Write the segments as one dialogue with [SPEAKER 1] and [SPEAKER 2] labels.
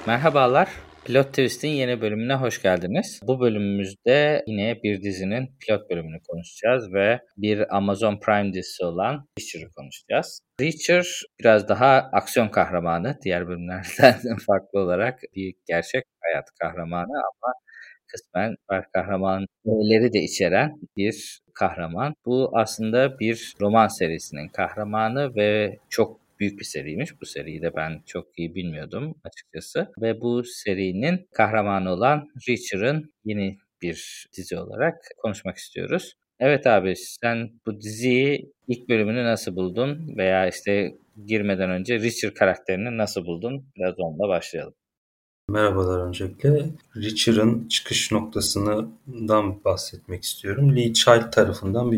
[SPEAKER 1] Merhabalar. Plot Twist'in yeni bölümüne hoş geldiniz. Bu bölümümüzde yine bir dizinin pilot bölümünü konuşacağız ve bir Amazon Prime dizisi olan Reacher'ı konuşacağız. Reacher biraz daha aksiyon kahramanı, diğer bölümlerden farklı olarak bir gerçek hayat kahramanı ama kısmen süper kahraman öğeleri de içeren bir kahraman. Bu aslında bir roman serisinin kahramanı ve çok büyük bir seriymiş. Bu seriyi de ben çok iyi bilmiyordum açıkçası. Ve bu serinin kahramanı olan Reacher'ın yeni bir dizi olarak konuşmak istiyoruz. Evet abi, sen bu diziyi ilk bölümünü nasıl buldun veya işte girmeden önce Reacher karakterini nasıl buldun? Biraz onunla başlayalım.
[SPEAKER 2] Merhabalar öncelikle. Reacher'ın çıkış noktasından bahsetmek istiyorum. Lee Child tarafından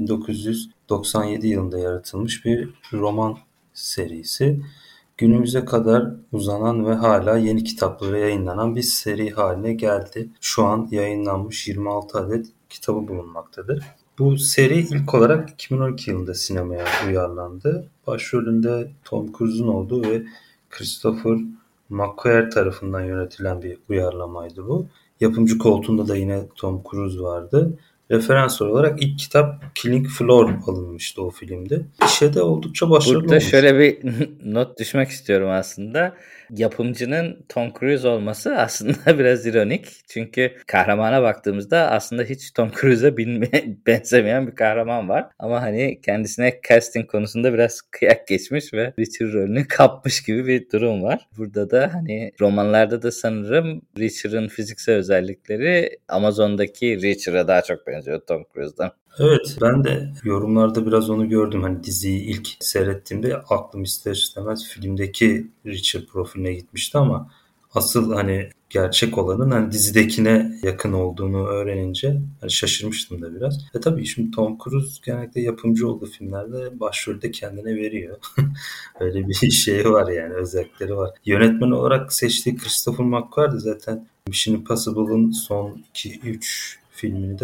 [SPEAKER 2] 1997 yılında yaratılmış bir roman serisi. Günümüze kadar uzanan ve hala yeni kitapları yayınlanan bir seri haline geldi. Şu an yayınlanmış 26 adet kitabı bulunmaktadır. Bu seri ilk olarak 2012 yılında sinemaya uyarlandı. Başrolünde Tom Cruise'un olduğu ve Christopher McQuarrie tarafından yönetilen bir uyarlamaydı bu. Yapımcı koltuğunda da yine Tom Cruise vardı. Referans olarak ilk kitap Killing Floor alınmıştı o filmde. İşte oldukça başarılı
[SPEAKER 1] Burada
[SPEAKER 2] olmuş.
[SPEAKER 1] şöyle bir not düşmek istiyorum aslında. Yapımcının Tom Cruise olması aslında biraz ironik. Çünkü kahramana baktığımızda aslında hiç Tom Cruise'a benzemeyen bir kahraman var. Ama hani kendisine casting konusunda biraz kıyak geçmiş ve Richard rolünü kapmış gibi bir durum var. Burada da hani romanlarda da sanırım Richard'ın fiziksel özellikleri Amazon'daki Richard'a daha çok benziyor Tom Cruise'dan.
[SPEAKER 2] Evet, ben de yorumlarda biraz onu gördüm. Hani diziyi ilk seyrettiğimde aklım ister istemez filmdeki Richard profiline gitmişti ama asıl hani gerçek olanın hani dizidekine yakın olduğunu öğrenince hani şaşırmıştım da biraz. Tabii şimdi Tom Cruise genellikle yapımcı olduğu filmlerde başrolde kendine veriyor. Öyle bir şey var yani, özellikleri var. Yönetmen olarak seçtiği Christopher McQuarrie de zaten Mission Impossible'ın son 2-3 filmini de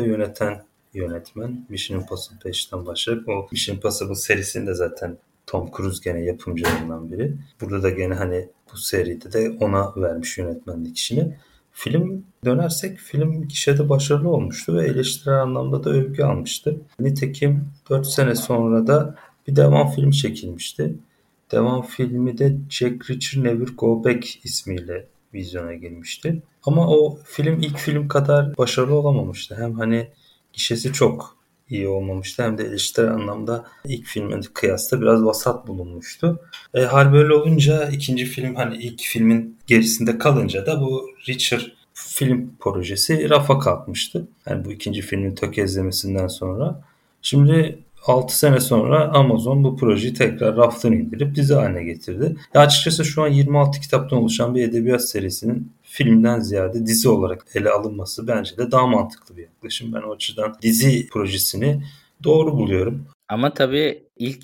[SPEAKER 2] yönetmen. Mission Impossible 5'ten başlayıp o Mission Impossible serisinde zaten Tom Cruise gene yapımcılarından biri. Burada da gene hani bu seride de ona vermiş yönetmenlik işini. Film dönersek film gişede başarılı olmuştu ve eleştirel anlamda da övgü almıştı. Nitekim 4 sene sonra da bir devam film çekilmişti. Devam filmi de Jack Reacher Never Go Back ismiyle vizyona girmişti. Ama o film ilk film kadar başarılı olamamıştı. Hem hani gişesi çok iyi olmamıştı hem de eleştirel anlamda ilk filme kıyasla biraz vasat bulunmuştu. Hal böyle olunca ikinci film hani ilk filmin gerisinde kalınca da bu Reacher film projesi rafa kalkmıştı. Yani bu ikinci filmin tökezlemesinden sonra. Şimdi 6 sene sonra Amazon bu projeyi tekrar raftan indirip dizi haline getirdi. Ya açıkçası şu an 26 kitaptan oluşan bir edebiyat serisinin filmden ziyade dizi olarak ele alınması bence de daha mantıklı bir yaklaşım. Ben o açıdan dizi projesini doğru buluyorum.
[SPEAKER 1] Ama tabii ilk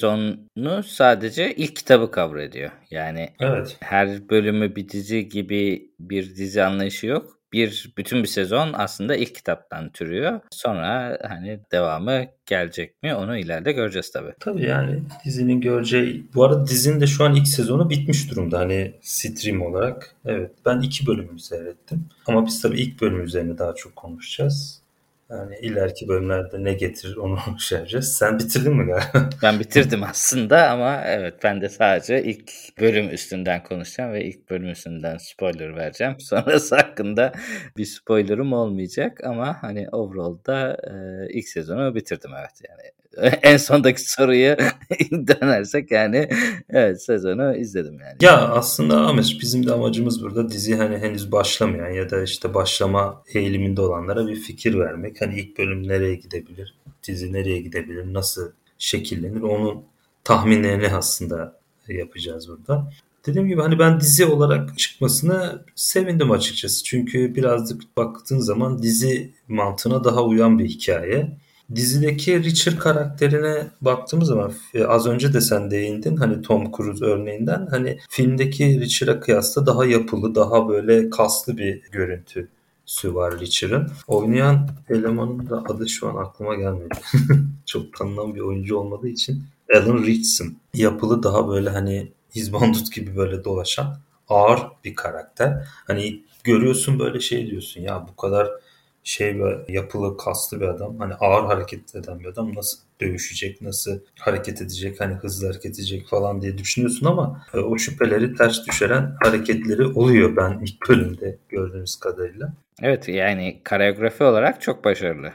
[SPEAKER 1] sezonu sadece ilk kitabı cover ediyor. Yani
[SPEAKER 2] Evet.
[SPEAKER 1] her bölümü bir dizi gibi bir dizi anlayışı yok. Bütün bir sezon aslında ilk kitaptan türüyor. Sonra hani devamı gelecek mi onu ileride göreceğiz tabii.
[SPEAKER 2] Tabii yani dizinin göreceği... Bu arada dizinin de şu an ilk sezonu bitmiş durumda. Hani stream olarak. Evet, ben 2 bölümünü seyrettim. Ama biz tabii ilk bölüm üzerine daha çok konuşacağız. Yani ileriki bölümlerde ne getirir onu şey yapacağız. Sen bitirdin mi galiba?
[SPEAKER 1] Ben bitirdim aslında ama evet, ben de sadece ilk bölüm üstünden konuşacağım ve ilk bölüm üstünden spoiler vereceğim. Sonrası hakkında bir spoilerım olmayacak ama hani overall'da ilk sezonu bitirdim, evet yani. En sondaki soruya dönersek yani evet, sezonu izledim yani.
[SPEAKER 2] Ya aslında Ahmet, bizim de amacımız burada dizi hani henüz başlamayan ya da işte başlama eğiliminde olanlara bir fikir vermek. Hani ilk bölüm nereye gidebilir, dizi nereye gidebilir, nasıl şekillenir, onun tahminlerini aslında yapacağız burada. Dediğim gibi hani ben dizi olarak çıkmasını sevindim açıkçası. Çünkü birazcık baktığın zaman dizi mantığına daha uyan bir hikaye. Dizideki Richard karakterine baktığımız zaman az önce de sen değindin hani Tom Cruise örneğinden, hani filmdeki Richard'a kıyasla daha yapılı, daha böyle kaslı bir görüntüsü var Richard'ın. Oynayan elemanın da adı şu an aklıma gelmedi. Çok tanınan bir oyuncu olmadığı için Alan Ritchson. Yapılı, daha böyle hani izbandut gibi böyle dolaşan. ağır bir karakter. Hani görüyorsun böyle şey diyorsun ya bu kadar şey ve yapılı kaslı bir adam. Hani ağır hareket eden bir adam nasıl dövüşecek, nasıl hareket edecek, hani hızlı hareket edecek falan diye düşünüyorsun ama o şüpheleri ters düşüren hareketleri oluyor ben ilk bölümde gördüğümüz kadarıyla.
[SPEAKER 1] Evet, yani koreografi olarak çok başarılı.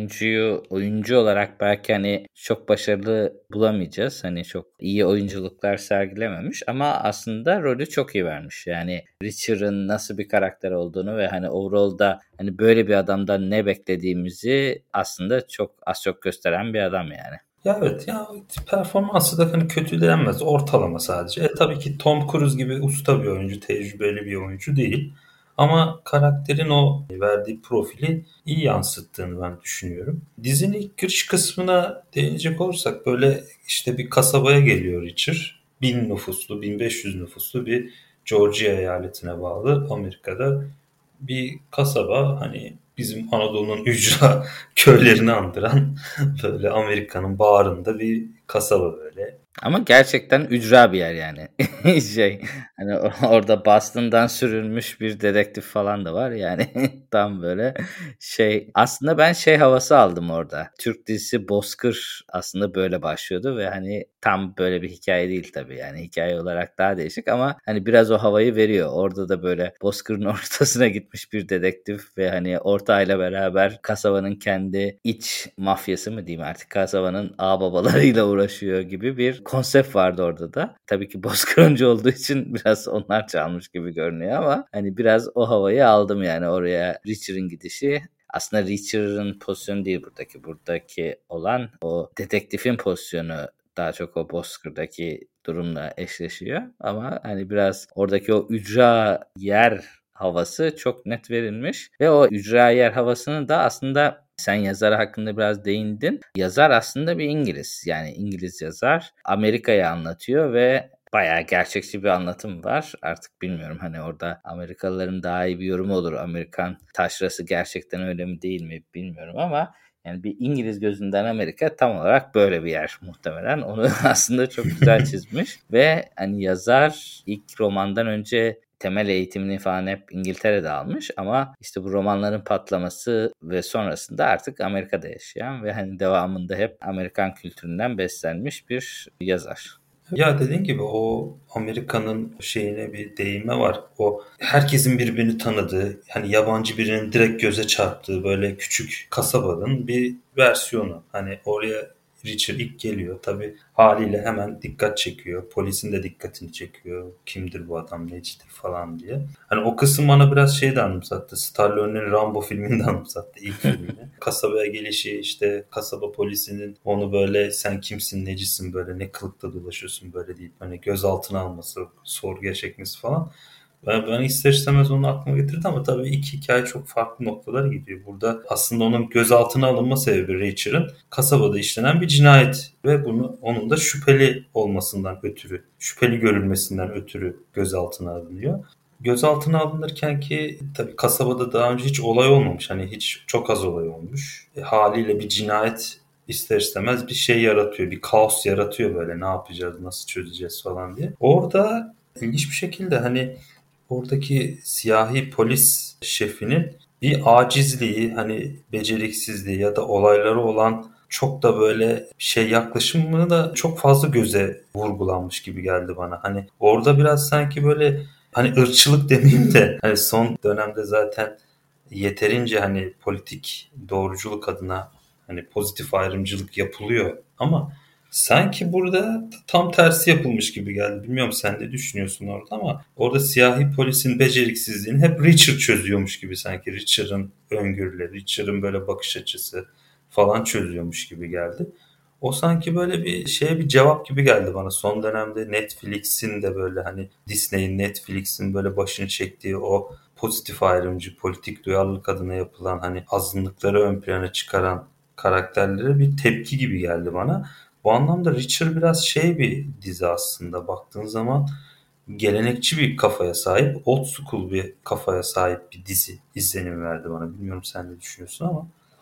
[SPEAKER 1] Oyuncu olarak belki hani çok başarılı bulamayacağız. Hani çok iyi oyunculuklar sergilememiş ama aslında rolü çok iyi vermiş. Yani Richard'ın nasıl bir karakter olduğunu ve hani overall'da hani böyle bir adamdan ne beklediğimizi aslında çok az çok gösteren bir adam yani.
[SPEAKER 2] Ya evet ya performansı da hani kötü denmez. Ortalama sadece. Tabii ki Tom Cruise gibi usta bir oyuncu, tecrübeli bir oyuncu değil. Ama karakterin o verdiği profili iyi yansıttığını ben düşünüyorum. Dizinin ilk giriş kısmına değinecek olursak böyle işte bir kasabaya geliyor Richard. 1000 nüfuslu, 1500 nüfuslu bir Georgia eyaletine bağlı Amerika'da bir kasaba, hani bizim Anadolu'nun ücra köylerini andıran böyle Amerika'nın bağrında bir kasaba böyle.
[SPEAKER 1] Ama gerçekten ücra bir yer yani. Şey, hani orada Boston'dan sürülmüş bir dedektif falan da var yani. Tam böyle şey. Aslında ben şey havası aldım orada. Türk dizisi Bozkır aslında böyle başlıyordu ve hani tam böyle bir hikaye değil tabii yani. Hikaye olarak daha değişik ama hani biraz o havayı veriyor. Orada da böyle Bozkır'ın ortasına gitmiş bir dedektif ve hani ortağıyla beraber kasabanın kendi iç mafyası mı diyeyim artık, kasabanın ağababalarıyla uğraşıyor gibi bir konsept vardı orada da. Tabii ki Bozkır'ıncı olduğu için biraz onlar çalmış gibi görünüyor ama hani biraz o havayı aldım yani oraya. Richard'ın gidişi aslında Richard'ın pozisyonu değil buradaki. Buradaki olan o dedektifin pozisyonu daha çok o Bozkır'daki durumla eşleşiyor. Ama hani biraz oradaki o ücra yer havası çok net verilmiş. Ve o ücra yer havasını da aslında sen yazar hakkında biraz değindin. Yazar aslında bir İngiliz. Yani İngiliz yazar. Amerika'yı anlatıyor ve bayağı gerçekçi bir anlatım var. Artık bilmiyorum hani orada Amerikalıların daha iyi bir yorumu olur. Amerikan taşrası gerçekten öyle mi değil mi bilmiyorum ama yani bir İngiliz gözünden Amerika tam olarak böyle bir yer muhtemelen. Onu aslında çok güzel çizmiş ve hani yazar ilk romandan önce temel eğitimini falan hep İngiltere'de almış ama işte bu romanların patlaması ve sonrasında artık Amerika'da yaşayan ve hani devamında hep Amerikan kültüründen beslenmiş bir yazar.
[SPEAKER 2] Ya dediğin gibi o Amerika'nın şeyine bir değinme var. O herkesin birbirini tanıdığı, hani yabancı birinin direkt göze çarptığı böyle küçük kasabanın bir versiyonu. Hani oraya Richard ilk geliyor. Tabii haliyle hemen dikkat çekiyor. Polisin de dikkatini çekiyor. Kimdir bu adam, necidir falan diye. Hani o kısım bana biraz şey de anımsattı. Stallone'nin Rambo filmini de anımsattı, ilk filmini. Kasabaya gelişi, işte kasaba polisinin onu böyle sen kimsin, necisin, böyle ne kılıkta dolaşıyorsun böyle deyip hani gözaltına alması, sorguya çekmesi falan. Ben ister istemez onu aklıma getirdi ama tabii iki hikaye çok farklı noktalara gidiyor. Burada aslında onun gözaltına alınma sebebi Rachel'ın kasabada işlenen bir cinayet ve onun da şüpheli olmasından ötürü, şüpheli görülmesinden ötürü gözaltına alınıyor. Gözaltına alınırken ki tabii kasabada daha önce hiç olay olmamış. Hani hiç, çok az olay olmuş. Haliyle bir cinayet ister istemez bir şey yaratıyor. Bir kaos yaratıyor böyle, ne yapacağız, nasıl çözeceğiz falan diye. Orada ilginç bir şekilde hani oradaki siyahi polis şefinin bir acizliği, hani beceriksizliği ya da olaylara olan çok da böyle şey yaklaşımını da çok fazla göze vurgulanmış gibi geldi bana. Hani orada biraz sanki böyle, hani ırkçılık demeyeyim de hani son dönemde zaten yeterince hani politik doğruculuk adına hani pozitif ayrımcılık yapılıyor ama sanki burada tam tersi yapılmış gibi geldi. Bilmiyorum sen ne düşünüyorsun orada ama orada siyahi polisin beceriksizliğini hep Richard çözüyormuş gibi, sanki Richard'ın öngörüleri, Richard'ın böyle bakış açısı falan çözüyormuş gibi geldi. O sanki böyle bir şeye bir cevap gibi geldi bana. Son dönemde Netflix'in de böyle hani Disney'in, Netflix'in böyle başını çektiği o pozitif ayrımcı, politik duyarlılık adına yapılan, hani azınlıkları ön plana çıkaran karakterlere bir tepki gibi geldi bana. Bu anlamda Richard biraz şey bir dizi aslında, baktığın zaman gelenekçi bir kafaya sahip, old school bir kafaya sahip bir dizi izlenim verdi bana. Bilmiyorum sen ne düşünüyorsun ama.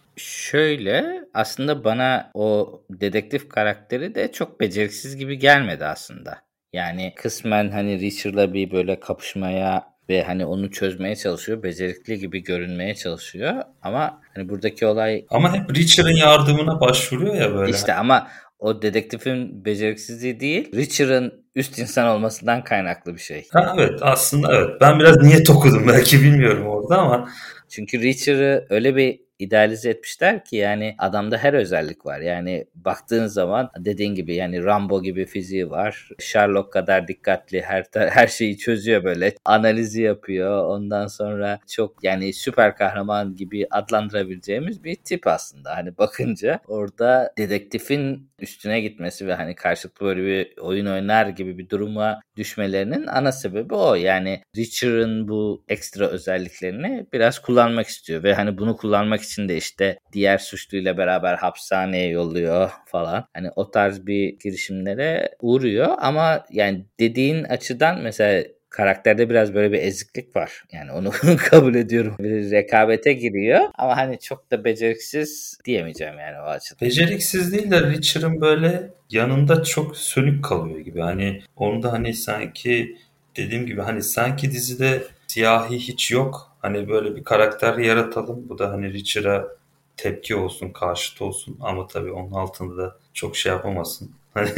[SPEAKER 1] Şöyle, aslında bana o dedektif karakteri de çok beceriksiz gibi gelmedi aslında. Yani kısmen hani Reacher'la bir böyle kapışmaya ve hani onu çözmeye çalışıyor. Becerikli gibi görünmeye çalışıyor. Ama hani buradaki olay
[SPEAKER 2] Ama hep Reacher'ın yardımına başvuruyor ya böyle.
[SPEAKER 1] işte ama o dedektifin beceriksizliği değil, Reacher'ın üst insan olmasından kaynaklı bir şey.
[SPEAKER 2] Ha, evet aslında evet. Ben biraz niyet okudum belki bilmiyorum orada ama
[SPEAKER 1] Çünkü Reacher'ı öyle bir idealize etmişler ki yani adamda her özellik var. Yani baktığın zaman dediğin gibi yani Rambo gibi fiziği var. Sherlock kadar dikkatli, her şeyi çözüyor böyle. Analizi yapıyor. Ondan sonra çok yani süper kahraman gibi adlandırabileceğimiz bir tip aslında. Hani bakınca orada dedektifin üstüne gitmesi ve hani karşılıklı böyle bir oyun oynar gibi bir duruma düşmelerinin ana sebebi o. Yani Reacher'ın bu ekstra özelliklerini biraz kullanmak istiyor ve hani bunu kullanmak için de işte diğer suçluyla beraber hapishaneye yolluyor falan. Hani o tarz bir girişimlere uğruyor ama yani dediğin açıdan mesela karakterde biraz böyle bir eziklik var. Yani onu kabul ediyorum. Bir rekabete giriyor ama hani çok da beceriksiz diyemeyeceğim yani o açıdan.
[SPEAKER 2] beceriksiz değil de Richard'ın böyle yanında çok sönük kalıyor gibi. Hani onda hani sanki dediğim gibi hani sanki dizide siyahi hiç yok. Hani böyle bir karakter yaratalım. Bu da hani Richard'a tepki olsun, karşıt olsun. Ama tabii onun altında da çok şey yapamasın. Hani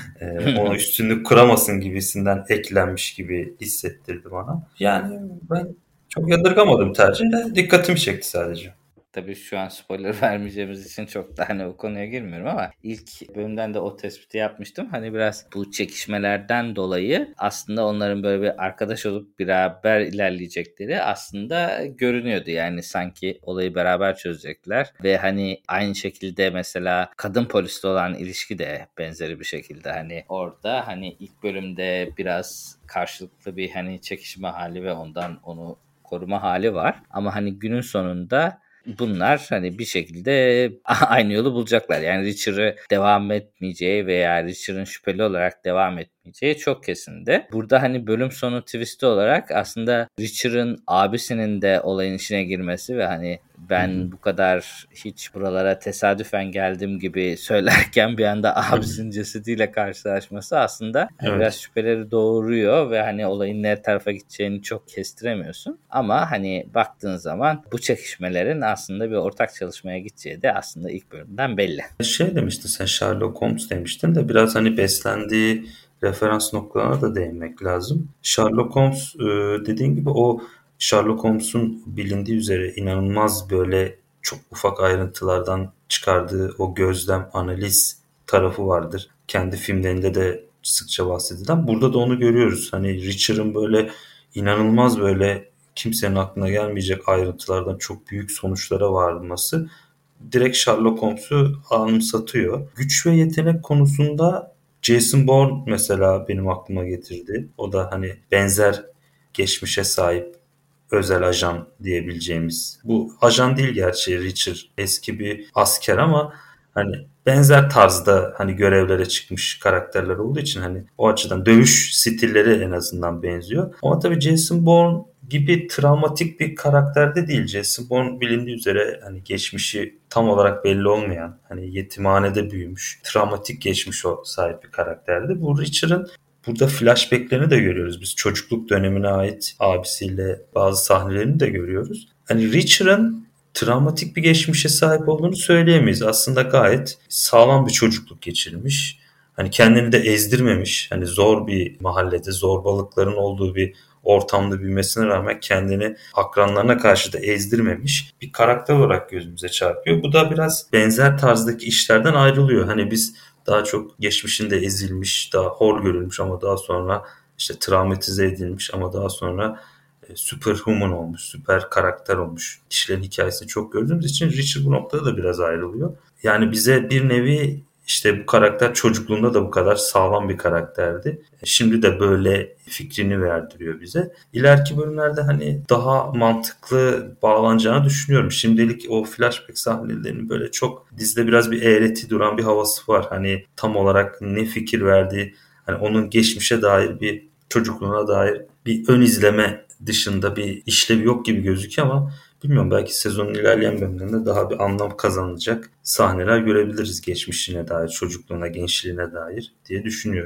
[SPEAKER 2] ona üstünlük kuramasın gibisinden eklenmiş gibi hissettirdi bana. Yani ben çok yadırgamadım tercihine. Dikkatimi çekti sadece.
[SPEAKER 1] Tabii şu an spoiler vermeyeceğimiz için çok da hani o konuya girmiyorum ama ilk bölümden de o tespiti yapmıştım. Hani biraz bu çekişmelerden dolayı aslında onların böyle bir arkadaş olup beraber ilerleyecekleri aslında görünüyordu. Yani sanki olayı beraber çözecekler ve hani aynı şekilde mesela kadın polisle olan ilişki de benzeri bir şekilde hani orada hani ilk bölümde biraz karşılıklı bir hani çekişme hali ve ondan onu koruma hali var. Ama hani günün sonunda bunlar hani bir şekilde aynı yolu bulacaklar. Yani Richard'ı devam etmeyeceği veya Richard'ın şüpheli olarak devam etmeyeceği çok kesindi. Burada hani bölüm sonu twist'i olarak aslında Richard'ın abisinin de olayın içine girmesi ve hani ben bu kadar hiç buralara tesadüfen geldim gibi söylerken bir anda abisinin cesediyle karşılaşması aslında hani biraz
[SPEAKER 2] Evet.
[SPEAKER 1] şüpheleri doğuruyor ve hani olayın ne tarafa gideceğini çok kestiremiyorsun. Ama hani baktığın zaman bu çekişmelerin aslında bir ortak çalışmaya gideceği de aslında ilk bölümden belli.
[SPEAKER 2] Şey demiştin sen Sherlock Holmes demiştin de biraz hani beslendiği referans noktalarına da değinmek lazım. Sherlock Holmes dediğin gibi o Sherlock Holmes'un bilindiği üzere inanılmaz böyle çok ufak ayrıntılardan çıkardığı o gözlem, analiz tarafı vardır. Kendi filmlerinde de sıkça bahsedilen. Burada da onu görüyoruz. Hani Richard'ın böyle inanılmaz böyle kimsenin aklına gelmeyecek ayrıntılardan çok büyük sonuçlara varması direkt Sherlock Holmes'u anımsatıyor. Güç ve yetenek konusunda Jason Bourne mesela benim aklıma getirdi. O da hani benzer geçmişe sahip özel ajan diyebileceğimiz. Bu ajan değil gerçi Richard eski bir asker ama hani benzer tarzda hani görevlere çıkmış karakterler olduğu için hani o açıdan dövüş stilleri en azından benziyor. Ama tabii Jason Bourne gibi travmatik bir karakterde değil. Jason Bourne bilindiği üzere hani geçmişi tam olarak belli olmayan, hani yetimhanede büyümüş, travmatik geçmiş o sahip bir karakterdi. Bu Richard'ın burada flashbacklerini de görüyoruz. Biz çocukluk dönemine ait abisiyle bazı sahnelerini de görüyoruz. Hani Richard'ın travmatik bir geçmişe sahip olduğunu söyleyemeyiz. Aslında gayet sağlam bir çocukluk geçirmiş. Hani kendini de ezdirmemiş. Hani zor bir mahallede, zorbalıkların olduğu bir ortamda büyümesine rağmen kendini akranlarına karşı da ezdirmemiş bir karakter olarak gözümüze çarpıyor. Bu da biraz benzer tarzdaki işlerden ayrılıyor. Hani biz daha çok geçmişinde ezilmiş, daha hor görülmüş ama daha sonra işte travmatize edilmiş ama daha sonra superhuman olmuş, süper karakter olmuş. Kişilerin hikayesini çok gördüğümüz için Richard bu noktada da biraz ayrılıyor. Yani bize bir nevi işte bu karakter çocukluğunda da bu kadar sağlam bir karakterdi. Şimdi de böyle fikrini verdiriyor bize. İleriki bölümlerde hani daha mantıklı bağlanacağını düşünüyorum. Şimdilik o flashback sahnelerinin böyle çok dizide biraz bir eğreti duran bir havası var. Hani tam olarak ne fikir verdiği, hani onun geçmişe dair bir çocukluğuna dair bir ön izleme dışında bir işlevi yok gibi gözüküyor ama bilmiyorum belki sezonun ilerleyen bölümlerinde daha bir anlam kazanılacak sahneler görebiliriz geçmişine dair, çocukluğuna, gençliğine dair diye düşünüyorum.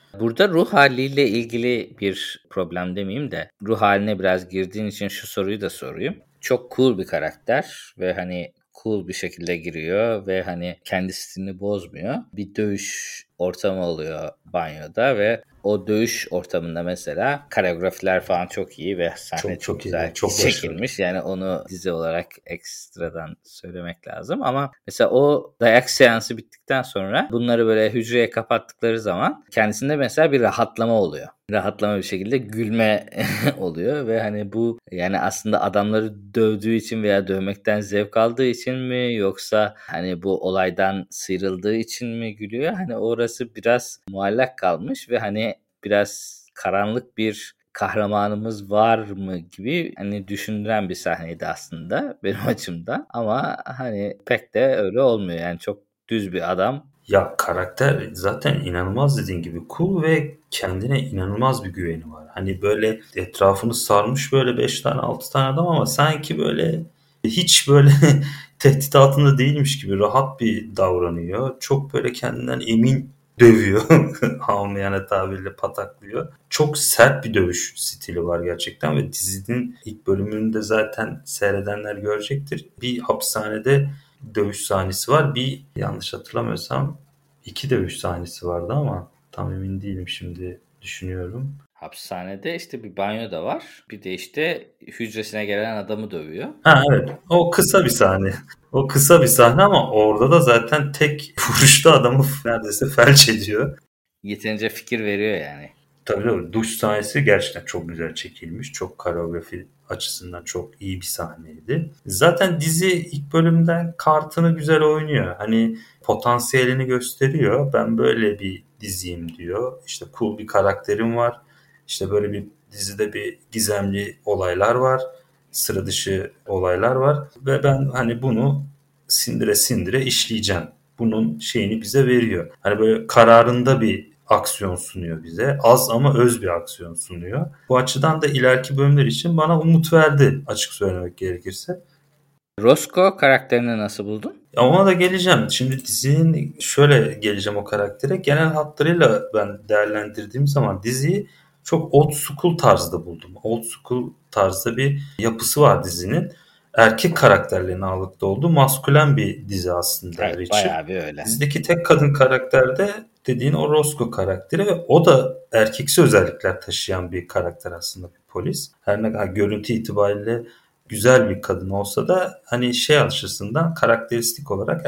[SPEAKER 1] Burada ruh haliyle ilgili bir problem demeyeyim de ruh haline biraz girdiğin için şu soruyu da sorayım. Çok cool bir karakter ve hani cool bir şekilde giriyor ve hani kendi stilini bozmuyor. Bir dövüş ortamı oluyor banyoda ve o dövüş ortamında mesela koreografiler falan çok iyi ve sahne çok
[SPEAKER 2] Çok iyi,
[SPEAKER 1] güzel
[SPEAKER 2] çok başarılı.
[SPEAKER 1] çekilmiş. Yani onu dizi olarak ekstradan söylemek lazım ama mesela o dayak seansı bittikten sonra bunları böyle hücreye kapattıkları zaman kendisinde mesela bir rahatlama oluyor. Rahatlama bir şekilde gülme oluyor ve hani bu yani aslında adamları dövdüğü için veya dövmekten zevk aldığı için mi yoksa hani bu olaydan sıyrıldığı için mi gülüyor? Hani orası biraz muallak kalmış ve hani biraz karanlık bir kahramanımız var mı gibi hani düşündüren bir sahneydi aslında benim açımdan. Ama hani pek de öyle olmuyor. Yani çok düz bir adam.
[SPEAKER 2] Ya karakter zaten inanılmaz dediğin gibi cool ve kendine inanılmaz bir güveni var. Hani böyle etrafını sarmış böyle 5 tane 6 tane adam ama sanki böyle hiç böyle tehdit altında değilmiş gibi rahat bir davranıyor. Çok böyle kendinden emin dövüyor. Amiyane tabirle pataklıyor. Çok sert bir dövüş stili var gerçekten ve dizinin ilk bölümünde zaten seyredenler görecektir. Bir hapishanede dövüş sahnesi var. Bir yanlış hatırlamıyorsam 2 dövüş sahnesi vardı ama tam emin değilim şimdi düşünüyorum.
[SPEAKER 1] Hapishanede işte bir banyo da var. Bir de işte hücresine gelen adamı dövüyor.
[SPEAKER 2] Ha evet. O kısa bir sahne. O kısa bir sahne ama orada da zaten tek vuruşta adamı neredeyse felç ediyor.
[SPEAKER 1] Yeterince fikir veriyor yani.
[SPEAKER 2] Tabii duş sahnesi gerçekten çok güzel çekilmiş. Çok koreografi açısından çok iyi bir sahneydi. Zaten dizi ilk bölümden kartını güzel oynuyor. Hani potansiyelini gösteriyor. Ben böyle bir diziyim diyor. İşte cool bir karakterim var. İşte böyle bir dizide bir gizemli olaylar var. Sıra dışı olaylar var. Ve ben hani bunu sindire sindire işleyeceğim. Bunun şeyini bize veriyor. Hani böyle kararında bir aksiyon sunuyor bize. Az ama öz bir aksiyon sunuyor. Bu açıdan da ileriki bölümler için bana umut verdi açık söylemek gerekirse.
[SPEAKER 1] Roscoe karakterini nasıl buldun?
[SPEAKER 2] Ya ona da geleceğim. Şimdi dizinin şöyle geleceğim o karaktere. Genel hatlarıyla ben değerlendirdiğim zaman diziyi çok old school tarzda buldum. Old school tarzda bir yapısı var dizinin. Erkek karakterlerin ağırlıkta olduğu maskülen bir dizi aslında
[SPEAKER 1] Evet,
[SPEAKER 2] Richard.
[SPEAKER 1] bayağı bir öyle.
[SPEAKER 2] Dizideki tek kadın karakter de dediğin o Roscoe karakteri ve o da erkeksi özellikler taşıyan bir karakter aslında bir polis. Her ne kadar görüntü itibariyle güzel bir kadın olsa da hani şey açısından karakteristik olarak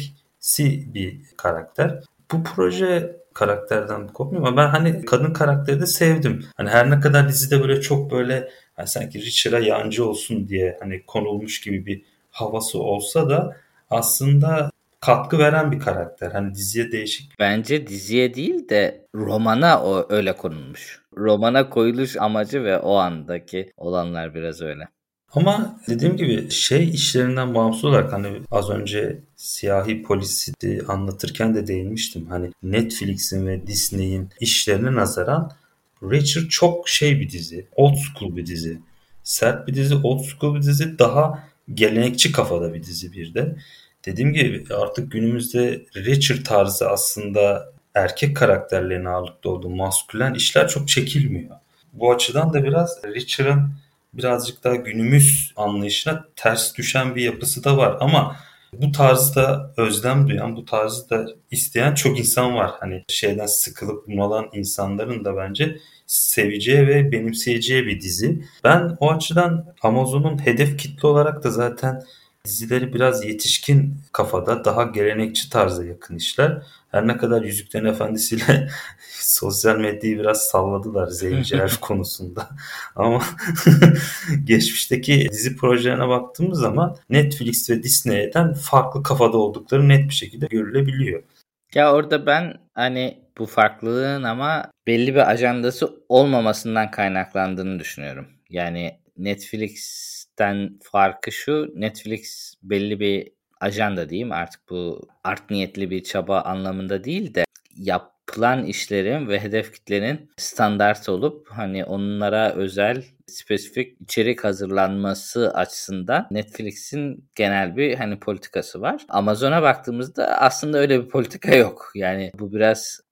[SPEAKER 2] erkeksi bir karakter. Bu proje karakterden kopmuyor ama ben hani kadın karakteri de sevdim. Hani her ne kadar dizide böyle çok böyle hani sanki Richard'a yancı olsun diye hani konulmuş gibi bir havası olsa da aslında katkı veren bir karakter. Hani diziye değişik.
[SPEAKER 1] Bence diziye değil de romana o öyle konulmuş. Romana koyuluş amacı ve o andaki olanlar biraz öyle.
[SPEAKER 2] Ama dediğim gibi şey işlerinden bağımsız olarak hani az önce siyahi polisi anlatırken de değinmiştim. Hani Netflix'in ve Disney'in işlerine nazaran Reacher çok şey bir dizi. Old school bir dizi. Sert bir dizi, old school bir dizi. Daha gelenekçi kafada bir dizi bir de. Dediğim gibi artık günümüzde Reacher tarzı aslında erkek karakterlerine ağırlıkta olduğu maskülen işler çok çekilmiyor. Bu açıdan da biraz Reacher'ın birazcık daha günümüz anlayışına ters düşen bir yapısı da var. Ama bu tarzda özlem duyan, bu tarzı da isteyen çok insan var. Hani şeyden sıkılıp bunalan insanların da bence seveceği ve benimseyeceği bir dizi. Ben o açıdan Amazon'un hedef kitle olarak da zaten dizileri biraz yetişkin kafada, daha gelenekçi tarza yakın işler. Her ne kadar Yüzüklerin Efendisi'yle sosyal medyayı biraz salladılar zenciler konusunda. Ama geçmişteki dizi projelerine baktığımız zaman Netflix ve Disney'den farklı kafada oldukları net bir şekilde görülebiliyor.
[SPEAKER 1] Ya orada ben hani bu farklılığın ama belli bir ajandası olmamasından kaynaklandığını düşünüyorum. Yani Netflix'ten farkı şu, Netflix belli bir ajanda diyeyim artık bu art niyetli bir çaba anlamında değil de yapılan işlerin ve hedef kitlenin standart olup hani onlara özel spesifik içerik hazırlanması açısından Netflix'in genel bir hani politikası var. Amazon'a baktığımızda aslında öyle bir politika yok. Yani bu biraz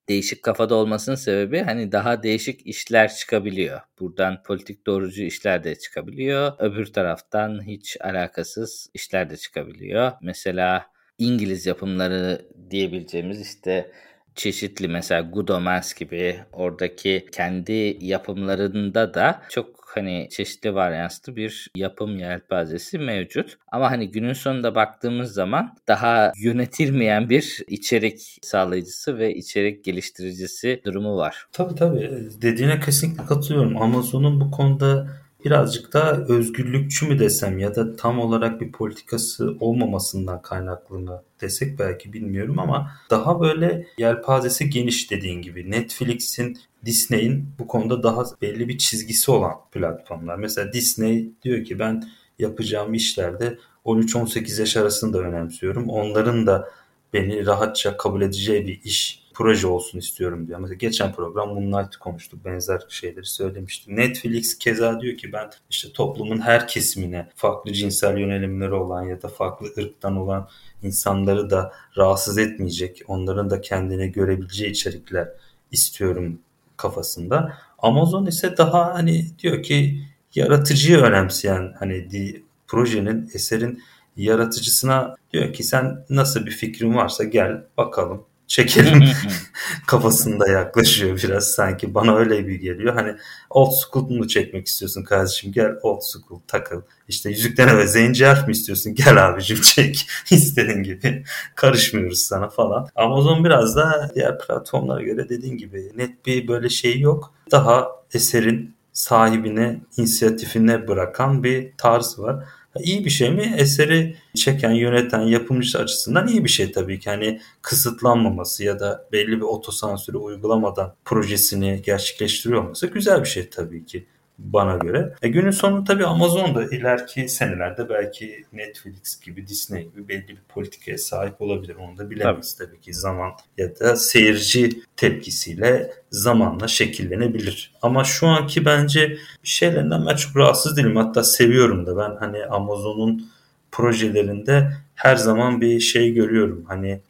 [SPEAKER 1] değişik kafada olmasının sebebi hani daha değişik işler çıkabiliyor. Buradan politik doğrucu işler de çıkabiliyor. Öbür taraftan hiç alakasız işler de çıkabiliyor. Mesela İngiliz yapımları diyebileceğimiz işte çeşitli mesela Good Omens gibi oradaki kendi yapımlarında da çok hani çeşitli varyanslı bir yapım yelpazesi mevcut. Ama hani günün sonunda baktığımız zaman daha yönetilmeyen bir içerik sağlayıcısı ve içerik geliştiricisi durumu var.
[SPEAKER 2] Tabii. Dediğine kesinlikle katılıyorum. Amazon'un bu konuda birazcık daha özgürlükçü mü desem ya da tam olarak bir politikası olmamasından kaynaklı mı desek belki bilmiyorum ama daha böyle yelpazesi geniş dediğin gibi. Netflix'in, Disney'in bu konuda daha belli bir çizgisi olan platformlar. Mesela Disney diyor ki ben yapacağım işlerde 13-18 yaş arasını da önemsiyorum. Onların da beni rahatça kabul edeceği bir iş, proje olsun istiyorum diyor. Mesela geçen program Moonlight'ı konuştuk. Benzer şeyleri söylemiştim. Netflix keza diyor ki ben işte toplumun her kesimine farklı cinsel yönelimleri olan ya da farklı ırktan olan insanları da rahatsız etmeyecek, onların da kendine görebileceği içerikler istiyorum kafasında. Amazon ise daha hani diyor ki yaratıcıyı önemseyen hani projenin, eserin yaratıcısına diyor ki sen nasıl bir fikrin varsa gel bakalım çekelim kafasında yaklaşıyor biraz sanki bana öyle bir geliyor. Hani old school mu çekmek istiyorsun kardeşim gel old school takıl. İşte Yüzüklerin ve Zenci Harf mi istiyorsun gel abicim çek istediğin gibi karışmıyoruz sana falan. Amazon biraz da diğer platformlara göre dediğin gibi net bir böyle şey yok. Daha eserin sahibine, inisiyatifine bırakan bir tarz var. İyi bir şey mi? Eseri çeken, yöneten, yapımcı açısından iyi bir şey tabii ki. Hani kısıtlanmaması ya da belli bir otosansürü uygulamadan projesini gerçekleştiriyor olması güzel bir şey tabii ki bana göre. Günün sonunda tabii Amazon da ileriki senelerde belki Netflix gibi, Disney gibi belli bir politikaya sahip olabilir. Onu da bilemeyiz tabii ki zaman ya da seyirci tepkisiyle zamanla şekillenebilir. Ama şu anki bence şeylerinden ben çok rahatsız değilim. Hatta seviyorum da ben hani Amazon'un projelerinde her zaman bir şey görüyorum. Hani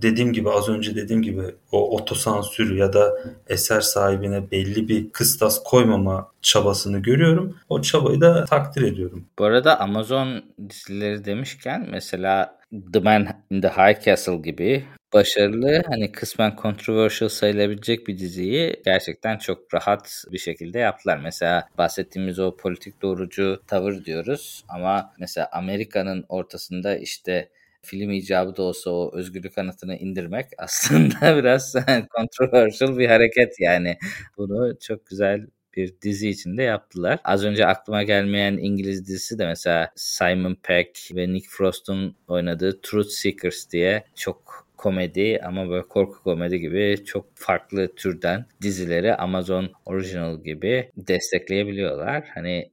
[SPEAKER 2] az önce dediğim gibi o otosansür ya da eser sahibine belli bir kıstas koymama çabasını görüyorum. O çabayı da takdir ediyorum.
[SPEAKER 1] Bu arada Amazon dizileri demişken mesela The Man in the High Castle gibi başarılı hani kısmen controversial sayılabilecek bir diziyi gerçekten çok rahat bir şekilde yaptılar. Mesela bahsettiğimiz o politik doğrucu tavır diyoruz ama mesela Amerika'nın ortasında işte film icabı da olsa o özgürlük anıtını indirmek aslında biraz controversial bir hareket yani. Bunu çok güzel bir dizi içinde yaptılar. Az önce aklıma gelmeyen İngiliz dizisi de mesela Simon Pegg ve Nick Frost'un oynadığı Truth Seekers diye çok komedi ama böyle korku komedi gibi çok farklı türden dizileri Amazon Original gibi destekleyebiliyorlar. Hani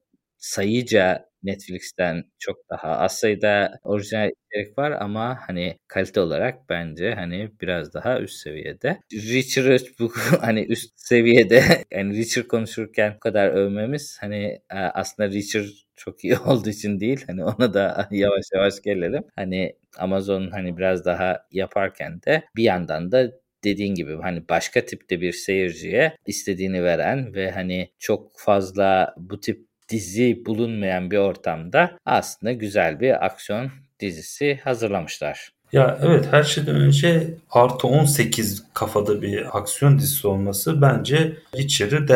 [SPEAKER 1] sayıca Netflix'ten çok daha az sayıda orijinal içerik var ama hani kalite olarak bence hani biraz daha üst seviyede. Reacher'ı bu hani üst seviyede yani Reacher konuşurken bu kadar övmemiz hani aslında Reacher çok iyi olduğu için değil. Hani ona da yavaş yavaş gelelim. Hani Amazon hani biraz daha yaparken de bir yandan da dediğin gibi hani başka tipte bir seyirciye istediğini veren ve hani çok fazla bu tip dizi bulunmayan bir ortamda aslında güzel bir aksiyon dizisi hazırlamışlar.
[SPEAKER 2] Ya evet her şeyden önce artı 18 kafada bir aksiyon dizisi olması bence Witcher'ı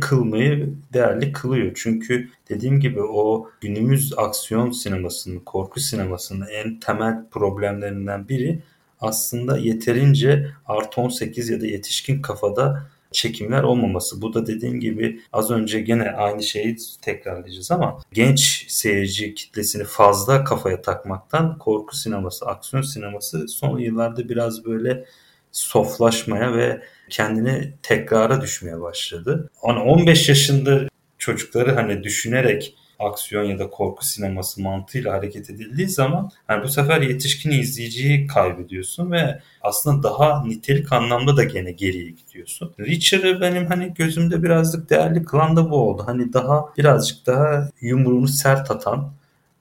[SPEAKER 2] değerli kılıyor. Çünkü dediğim gibi o günümüz aksiyon sinemasının, korku sinemasının en temel problemlerinden biri aslında yeterince artı 18 ya da yetişkin kafada çekimler olmaması. Bu da dediğim gibi az önce gene aynı şeyi tekrarlayacağız ama genç seyirci kitlesini fazla kafaya takmaktan korku sineması, aksiyon sineması son yıllarda biraz böyle soflaşmaya ve kendini tekrara düşmeye başladı. Hani 15 yaşında çocukları hani düşünerek aksiyon ya da korku sineması mantığıyla hareket edildiği zaman hani bu sefer yetişkin izleyiciyi kaybediyorsun ve aslında daha nitelik anlamda da gene geriye gidiyorsun. Reacher'ı benim hani gözümde birazcık değerli kılan da bu oldu. Hani birazcık daha yumruğunu sert atan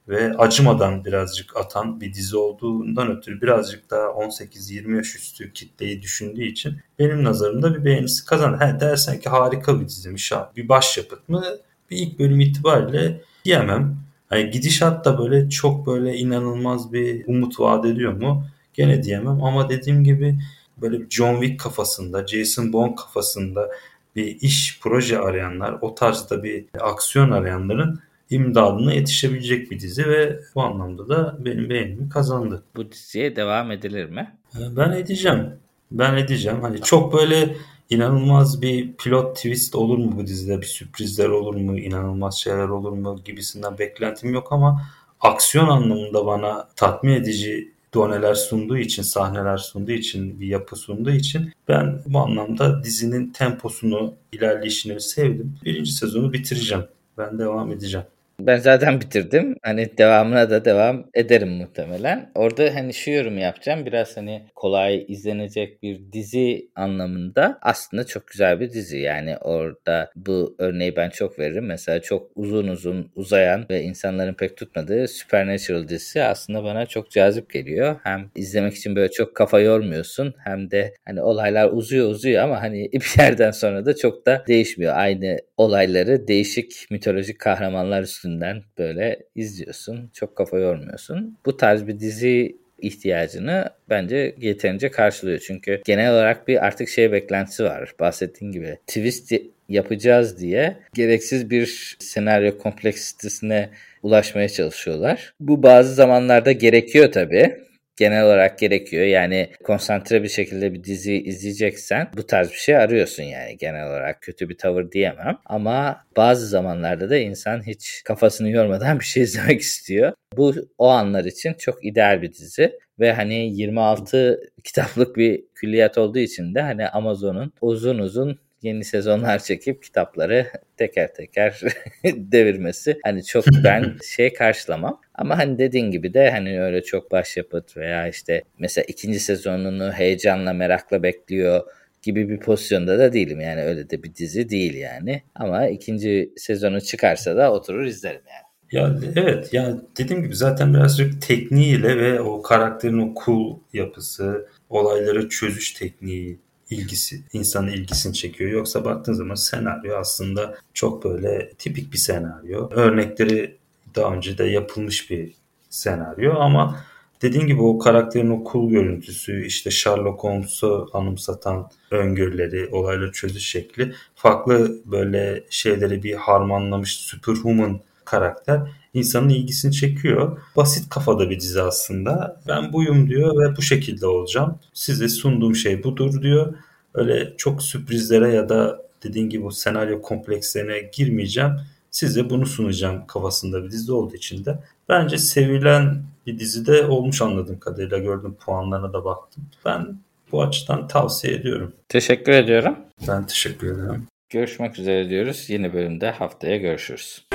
[SPEAKER 2] ve acımadan birazcık atan bir dizi olduğundan ötürü birazcık daha 18-20 yaş üstü kitleyi düşündüğü için benim nazarımda bir beğenisi kazandı. Dersen ki harika bir diziymiş, bir başyapıt mı? Bir ilk bölüm itibariyle diyemem. Hani gidişat da böyle çok böyle inanılmaz bir umut vaat ediyor mu? Gene diyemem ama dediğim gibi böyle bir John Wick kafasında, Jason Bourne kafasında bir iş, proje arayanlar, o tarzda bir aksiyon arayanların imdadına yetişebilecek bir dizi ve bu anlamda da benim beğenimi kazandı.
[SPEAKER 1] Bu diziye devam edilir mi?
[SPEAKER 2] Ben edeceğim. Ben edeceğim. Hani çok böyle inanılmaz bir plot twist olur mu bu dizide? Bir sürprizler olur mu? İnanılmaz şeyler olur mu? Gibisinden beklentim yok ama aksiyon anlamında bana tatmin edici doneler sunduğu için, sahneler sunduğu için, bir yapı sunduğu için ben bu anlamda dizinin temposunu, ilerleyişini sevdim. Birinci sezonu bitireceğim. Ben devam edeceğim.
[SPEAKER 1] Ben zaten bitirdim. Hani devamına da devam ederim muhtemelen. Orada hani şu yorum yapacağım. Biraz hani kolay izlenecek bir dizi anlamında aslında çok güzel bir dizi. Yani orada bu örneği ben çok veririm. Mesela çok uzun uzayan ve insanların pek tutmadığı Supernatural dizisi aslında bana çok cazip geliyor. Hem izlemek için böyle çok kafa yormuyorsun hem de hani olaylar uzuyor ama hani bir yerden sonra da çok da değişmiyor. Aynı olayları değişik mitolojik kahramanlar üstünden böyle izliyorsun. Çok kafa yormuyorsun. Bu tarz bir dizi ihtiyacını bence yeterince karşılıyor. Çünkü genel olarak bir artık beklentisi var. Bahsettiğin gibi twist yapacağız diye gereksiz bir senaryo kompleksitesine ulaşmaya çalışıyorlar. Bu bazı zamanlarda gerekiyor tabii. Genel olarak gerekiyor. Yani konsantre bir şekilde bir dizi izleyeceksen bu tarz bir şey arıyorsun yani. Genel olarak kötü bir tavır diyemem. Ama bazı zamanlarda da insan hiç kafasını yormadan bir şey izlemek istiyor. Bu o anlar için çok ideal bir dizi. Ve hani 26 kitaplık bir külliyat olduğu için de hani Amazon'un uzun yeni sezonlar çekip kitapları teker teker devirmesi hani çok ben karşılamam. Ama hani dediğin gibi de hani öyle çok başyapıt veya işte mesela ikinci sezonunu heyecanla merakla bekliyor gibi bir pozisyonda da değilim. Yani öyle de bir dizi değil yani. Ama ikinci sezonu çıkarsa da oturur izlerim yani.
[SPEAKER 2] Ya evet, ya dediğim gibi zaten birazcık tekniğiyle ve o karakterin o cool yapısı, olayları çözüş tekniği, ilgisi, insanın ilgisini çekiyor. Yoksa baktığın zaman senaryo aslında çok böyle tipik bir senaryo. Örnekleri daha önce de yapılmış bir senaryo ama dediğin gibi o karakterin o cool görüntüsü, işte Sherlock Holmes'u anımsatan öngörüleri, olayları çözüş şekli, farklı böyle şeyleri bir harmanlamış superhuman karakter insanın ilgisini çekiyor. Basit kafada bir dizi aslında. Ben buyum diyor ve bu şekilde olacağım. Size sunduğum şey budur diyor. Öyle çok sürprizlere ya da dediğin gibi o senaryo komplekslerine girmeyeceğim. Size bunu sunacağım kafasında bir dizi olduğu için de bence sevilen bir dizide olmuş anladığım kadarıyla, gördüm, puanlarına da baktım. Ben bu açıdan tavsiye ediyorum.
[SPEAKER 1] Teşekkür ediyorum.
[SPEAKER 2] Ben teşekkür ederim.
[SPEAKER 1] Görüşmek üzere diyoruz. Yeni bölümde haftaya görüşürüz.